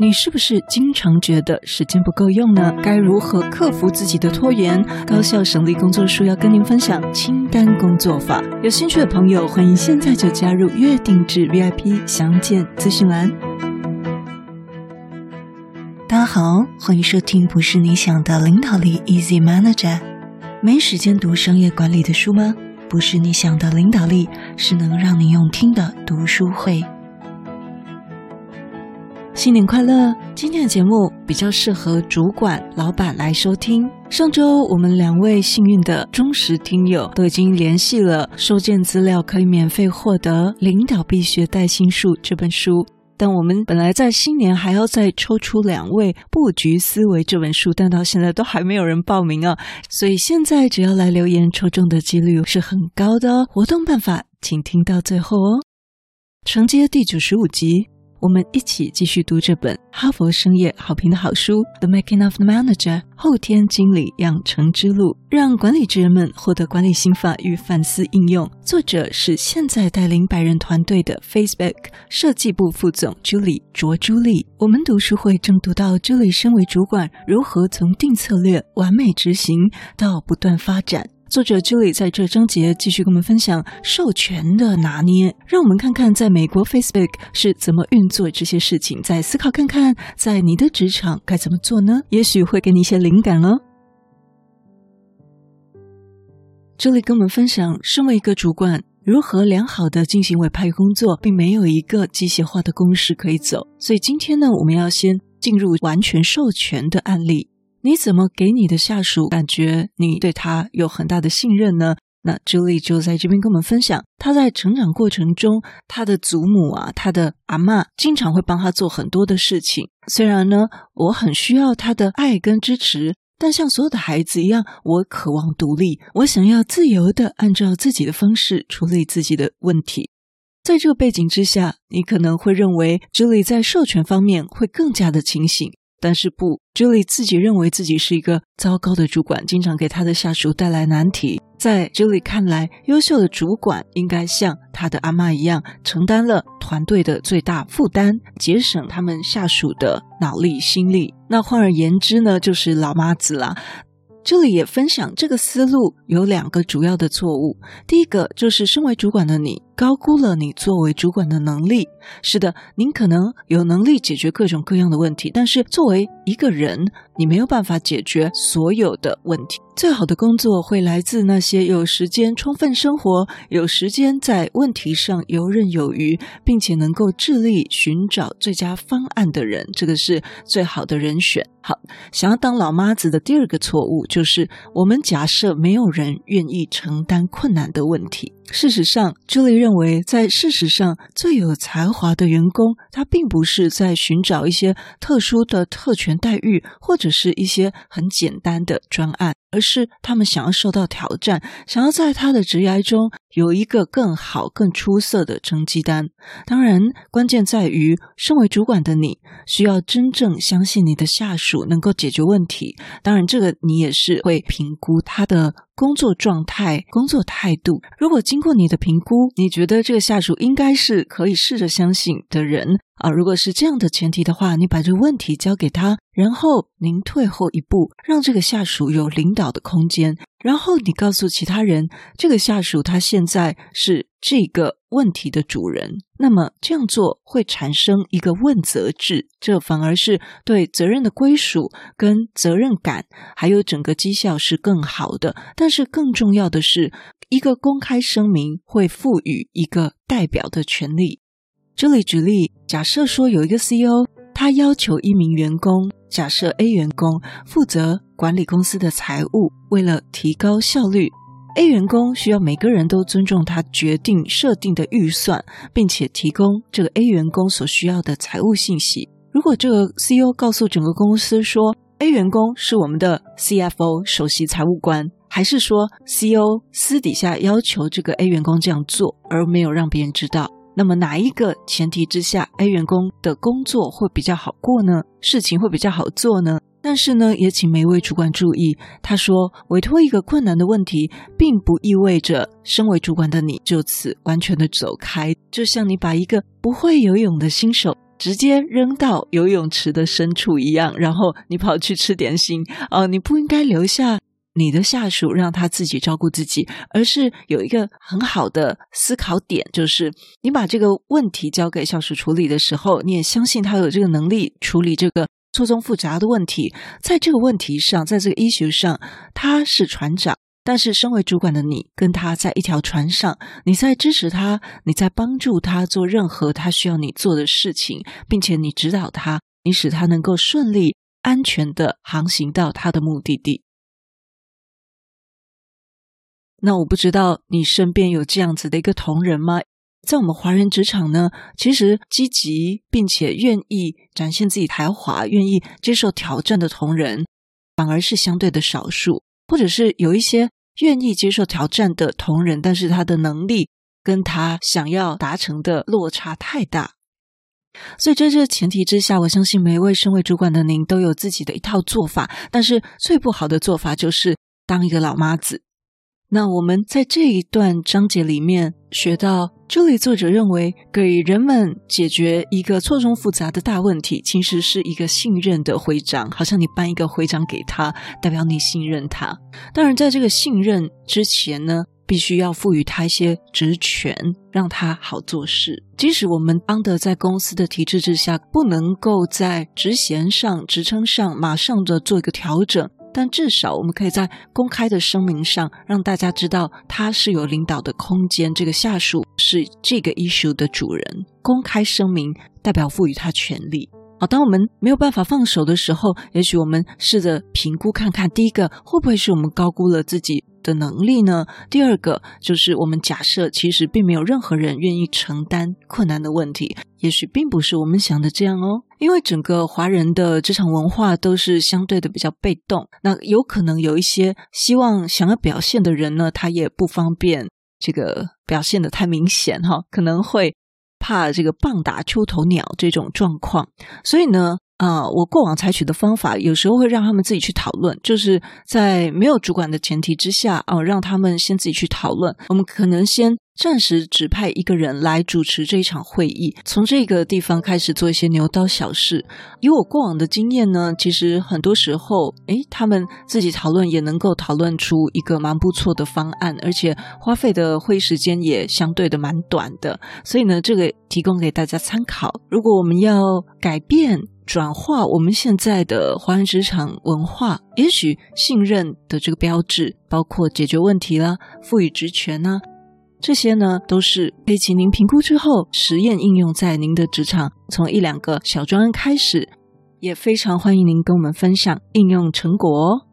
你是不是经常觉得时间不够用呢？该如何克服自己的拖延？高效省力工作书要跟您分享清单工作法。有兴趣的朋友，欢迎现在就加入月定制 VIP， 详见资讯栏。大家好，欢迎收听不是你想的领导力 Easy Manager。没时间读商业管理的书吗？不是你想的领导力，是能让你用听的读书会。新年快乐！今天的节目比较适合主管、老板来收听。上周我们2位幸运的忠实听友都已经联系了，收件资料可以免费获得《领导必学带心术》这本书。但我们本来在新年还要再抽出2位布局思维这本书，但到现在都还没有人报名啊，所以现在只要来留言，抽中的几率是很高的哦。活动办法请听到最后哦。承接第95集，我们一起继续读这本哈佛商业好评的好书《The Making of the Manager》后天经理养成之路，让管理职人们获得管理心法与反思应用。作者是现在带领100人团队的 Facebook 设计部副总 Julie 卓朱莉。我们读书会正读到 Julie 身为主管如何从定策略、完美执行到不断发展。作者 Julie 在这章节继续跟我们分享授权的拿捏，让我们看看在美国 Facebook 是怎么运作这些事情，再思考看看在你的职场该怎么做呢？也许会给你一些灵感哦。Julie 跟我们分享身为一个主管如何良好的进行委派工作，并没有一个机械化的公式可以走，所以今天呢，我们要先进入完全授权的案例。你怎么给你的下属感觉你对他有很大的信任呢？那 Julie 就在这边跟我们分享，他在成长过程中，他的祖母啊，他的阿嬷经常会帮他做很多的事情。虽然呢，我很需要他的爱跟支持，但像所有的孩子一样，我渴望独立，我想要自由的按照自己的方式处理自己的问题。在这个背景之下，你可能会认为 Julie 在授权方面会更加的清醒。但是不， Julie 自己认为自己是一个糟糕的主管，经常给他的下属带来难题。在 Julie 看来，优秀的主管应该像他的阿嬷一样，承担了团队的最大负担，节省他们下属的脑力心力。那换而言之呢，就是老妈子啦。Julie 也分享这个思路有2个主要的错误。第一个就是身为主管的你高估了你作为主管的能力。是的，您可能有能力解决各种各样的问题，但是作为一个人，你没有办法解决所有的问题。最好的工作会来自那些有时间充分生活，有时间在问题上游刃有余，并且能够致力寻找最佳方案的人，这个是最好的人选。好，想要当老妈子的第2个错误就是我们假设没有人愿意承担困难的问题。事实上 Julie 认为在事实上最有才华的员工，他并不是在寻找一些特殊的特权待遇或者是一些很简单的专案，而是他们想要受到挑战，想要在他的职涯中有一个更好更出色的成绩单。当然关键在于身为主管的你需要真正相信你的下属能够解决问题，当然这个你也是会评估他的工作状态、工作态度。如果经过你的评估，你觉得这个下属应该是可以试着相信的人啊，如果是这样的前提的话，你把这个问题交给他，然后您退后一步，让这个下属有领导的空间，然后你告诉其他人，这个下属他现在是这个问题的主人，那么这样做会产生一个问责制，这反而是对责任的归属跟责任感还有整个绩效是更好的。但是更重要的是，一个公开声明会赋予一个代表的权利。这里举例，假设说有一个 CEO， 他要求一名员工，假设 A 员工负责管理公司的财务，为了提高效率，A 员工需要每个人都尊重他决定设定的预算，并且提供这个 A 员工所需要的财务信息。如果这个 CEO 告诉整个公司说 A 员工是我们的 CFO 首席财务官，还是说 CEO 私底下要求这个 A 员工这样做，而没有让别人知道，那么哪一个前提之下 A 员工的工作会比较好过呢？事情会比较好做呢？但是呢，也请每一位主管注意，他说委托一个困难的问题并不意味着身为主管的你就此完全的走开，就像你把一个不会游泳的新手直接扔到游泳池的深处一样，然后你跑去吃点心你不应该留下你的下属让他自己照顾自己，而是有一个很好的思考点，就是你把这个问题交给下属处理的时候，你也相信他有这个能力处理这个错综复杂的问题。在这个问题上，在这个 issue 上，他是船长，但是身为主管的你跟他在一条船上，你在支持他，你在帮助他做任何他需要你做的事情，并且你指导他，你使他能够顺利安全地航行到他的目的地。那我不知道你身边有这样子的一个同仁吗？在我们华人职场呢，其实积极并且愿意展现自己才华，愿意接受挑战的同仁反而是相对的少数，或者是有一些愿意接受挑战的同仁，但是他的能力跟他想要达成的落差太大。所以在这个前提之下，我相信每一位身为主管的您都有自己的一套做法，但是最不好的做法就是当一个老妈子。那我们在这一段章节里面学到，这里作者认为给人们解决一个错综复杂的大问题，其实是一个信任的徽章，好像你颁一个徽章给他，代表你信任他。当然在这个信任之前呢，必须要赋予他一些职权，让他好做事。即使我们当的在公司的体制之下，不能够在职衔上、职称上马上的做一个调整，但至少我们可以在公开的声明上让大家知道他是有领导的空间，这个下属是这个 issue 的主人。公开声明代表赋予他权利。当我们没有办法放手的时候，也许我们试着评估看看，第一个会不会是我们高估了自己的能力呢？第二个就是我们假设其实并没有任何人愿意承担困难的问题，也许并不是我们想的这样哦。因为整个华人的职场文化都是相对的比较被动，那有可能有一些想要表现的人呢，他也不方便这个表现得太明显可能会怕这个棒打出头鸟这种状况。所以呢我过往采取的方法有时候会让他们自己去讨论，就是在没有主管的前提之下让他们先自己去讨论。我们可能先暂时指派一个人来主持这一场会议，从这个地方开始做一些牛刀小事。以我过往的经验呢，其实很多时候他们自己讨论也能够讨论出一个蛮不错的方案，而且花费的会议时间也相对的蛮短的。所以呢，这个提供给大家参考。如果我们要改变转化我们现在的华人职场文化，也许信任的这个标志包括解决问题啦，赋予职权啊，这些呢都是可以请您评估之后实验应用在您的职场，从1-2个小专案开始，也非常欢迎您跟我们分享应用成果哦。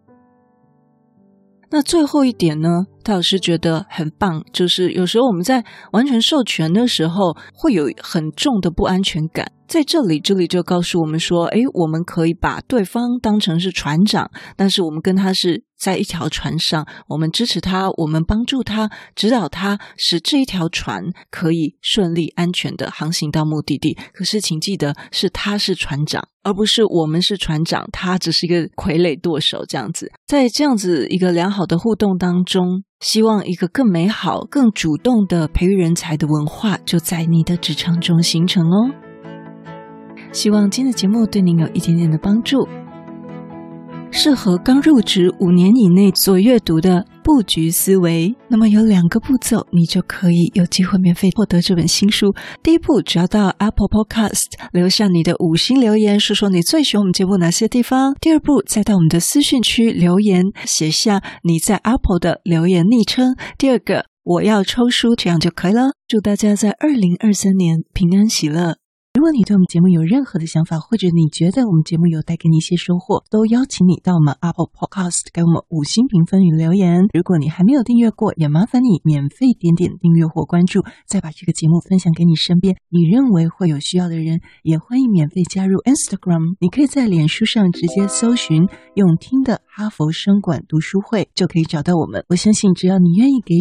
那最后一点呢，戴老师觉得很棒，就是有时候我们在完全授权的时候会有很重的不安全感。在这里就告诉我们说我们可以把对方当成是船长，但是我们跟他是在一条船上，我们支持他，我们帮助他，指导他，使这一条船可以顺利安全的航行到目的地。可是请记得，是他是船长，而不是我们是船长，他只是一个傀儡舵手这样子。在这样子一个良好的互动当中，希望一个更美好更主动的培育人才的文化就在你的职场中形成哦。希望今天的节目对您有一点点的帮助。适合刚入职5年以内所阅读的布局思维，那么有2个步骤你就可以有机会免费获得这本新书。第一步，只要到 Apple Podcast 留下你的5星留言，说说你最喜欢我们节目哪些地方。第二步，再到我们的私讯区留言，写下你在 Apple 的留言昵称。第二个，我要抽书，这样就可以了。祝大家在2023年平安喜乐。如果你对我们节目有任何的想法，或者你觉得我们节目有带给你一些收获，都邀请你到我们 Apple Podcast 给我们5星评分与留言。如果你还没有订阅过，也麻烦你免费点点订阅或关注，再把这个节目分享给你身边你认为会有需要的人。也欢迎免费加入 Instagram， 你可以在脸书上直接搜寻用听的哈佛声管读书会，就可以找到我们。我相信只要你愿意给予，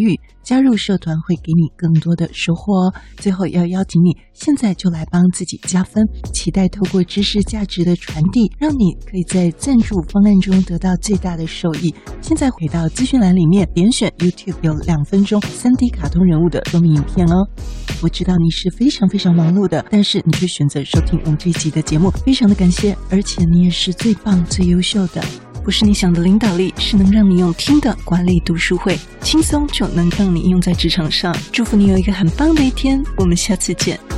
加入社团会给你更多的收获哦。最后要邀请你现在就来帮自己加分，期待透过知识价值的传递，让你可以在赞助方案中得到最大的受益。现在回到资讯栏里面，点选 YouTube 有2分钟 3D 卡通人物的说明影片哦。我知道你是非常非常忙碌的，但是你却选择收听我们这一集的节目，非常的感谢，而且你也是最棒最优秀的。不是你想的领导力，是能让你用听的管理读书会，轻松就能让你用在职场上。祝福你有一个很棒的一天，我们下次见。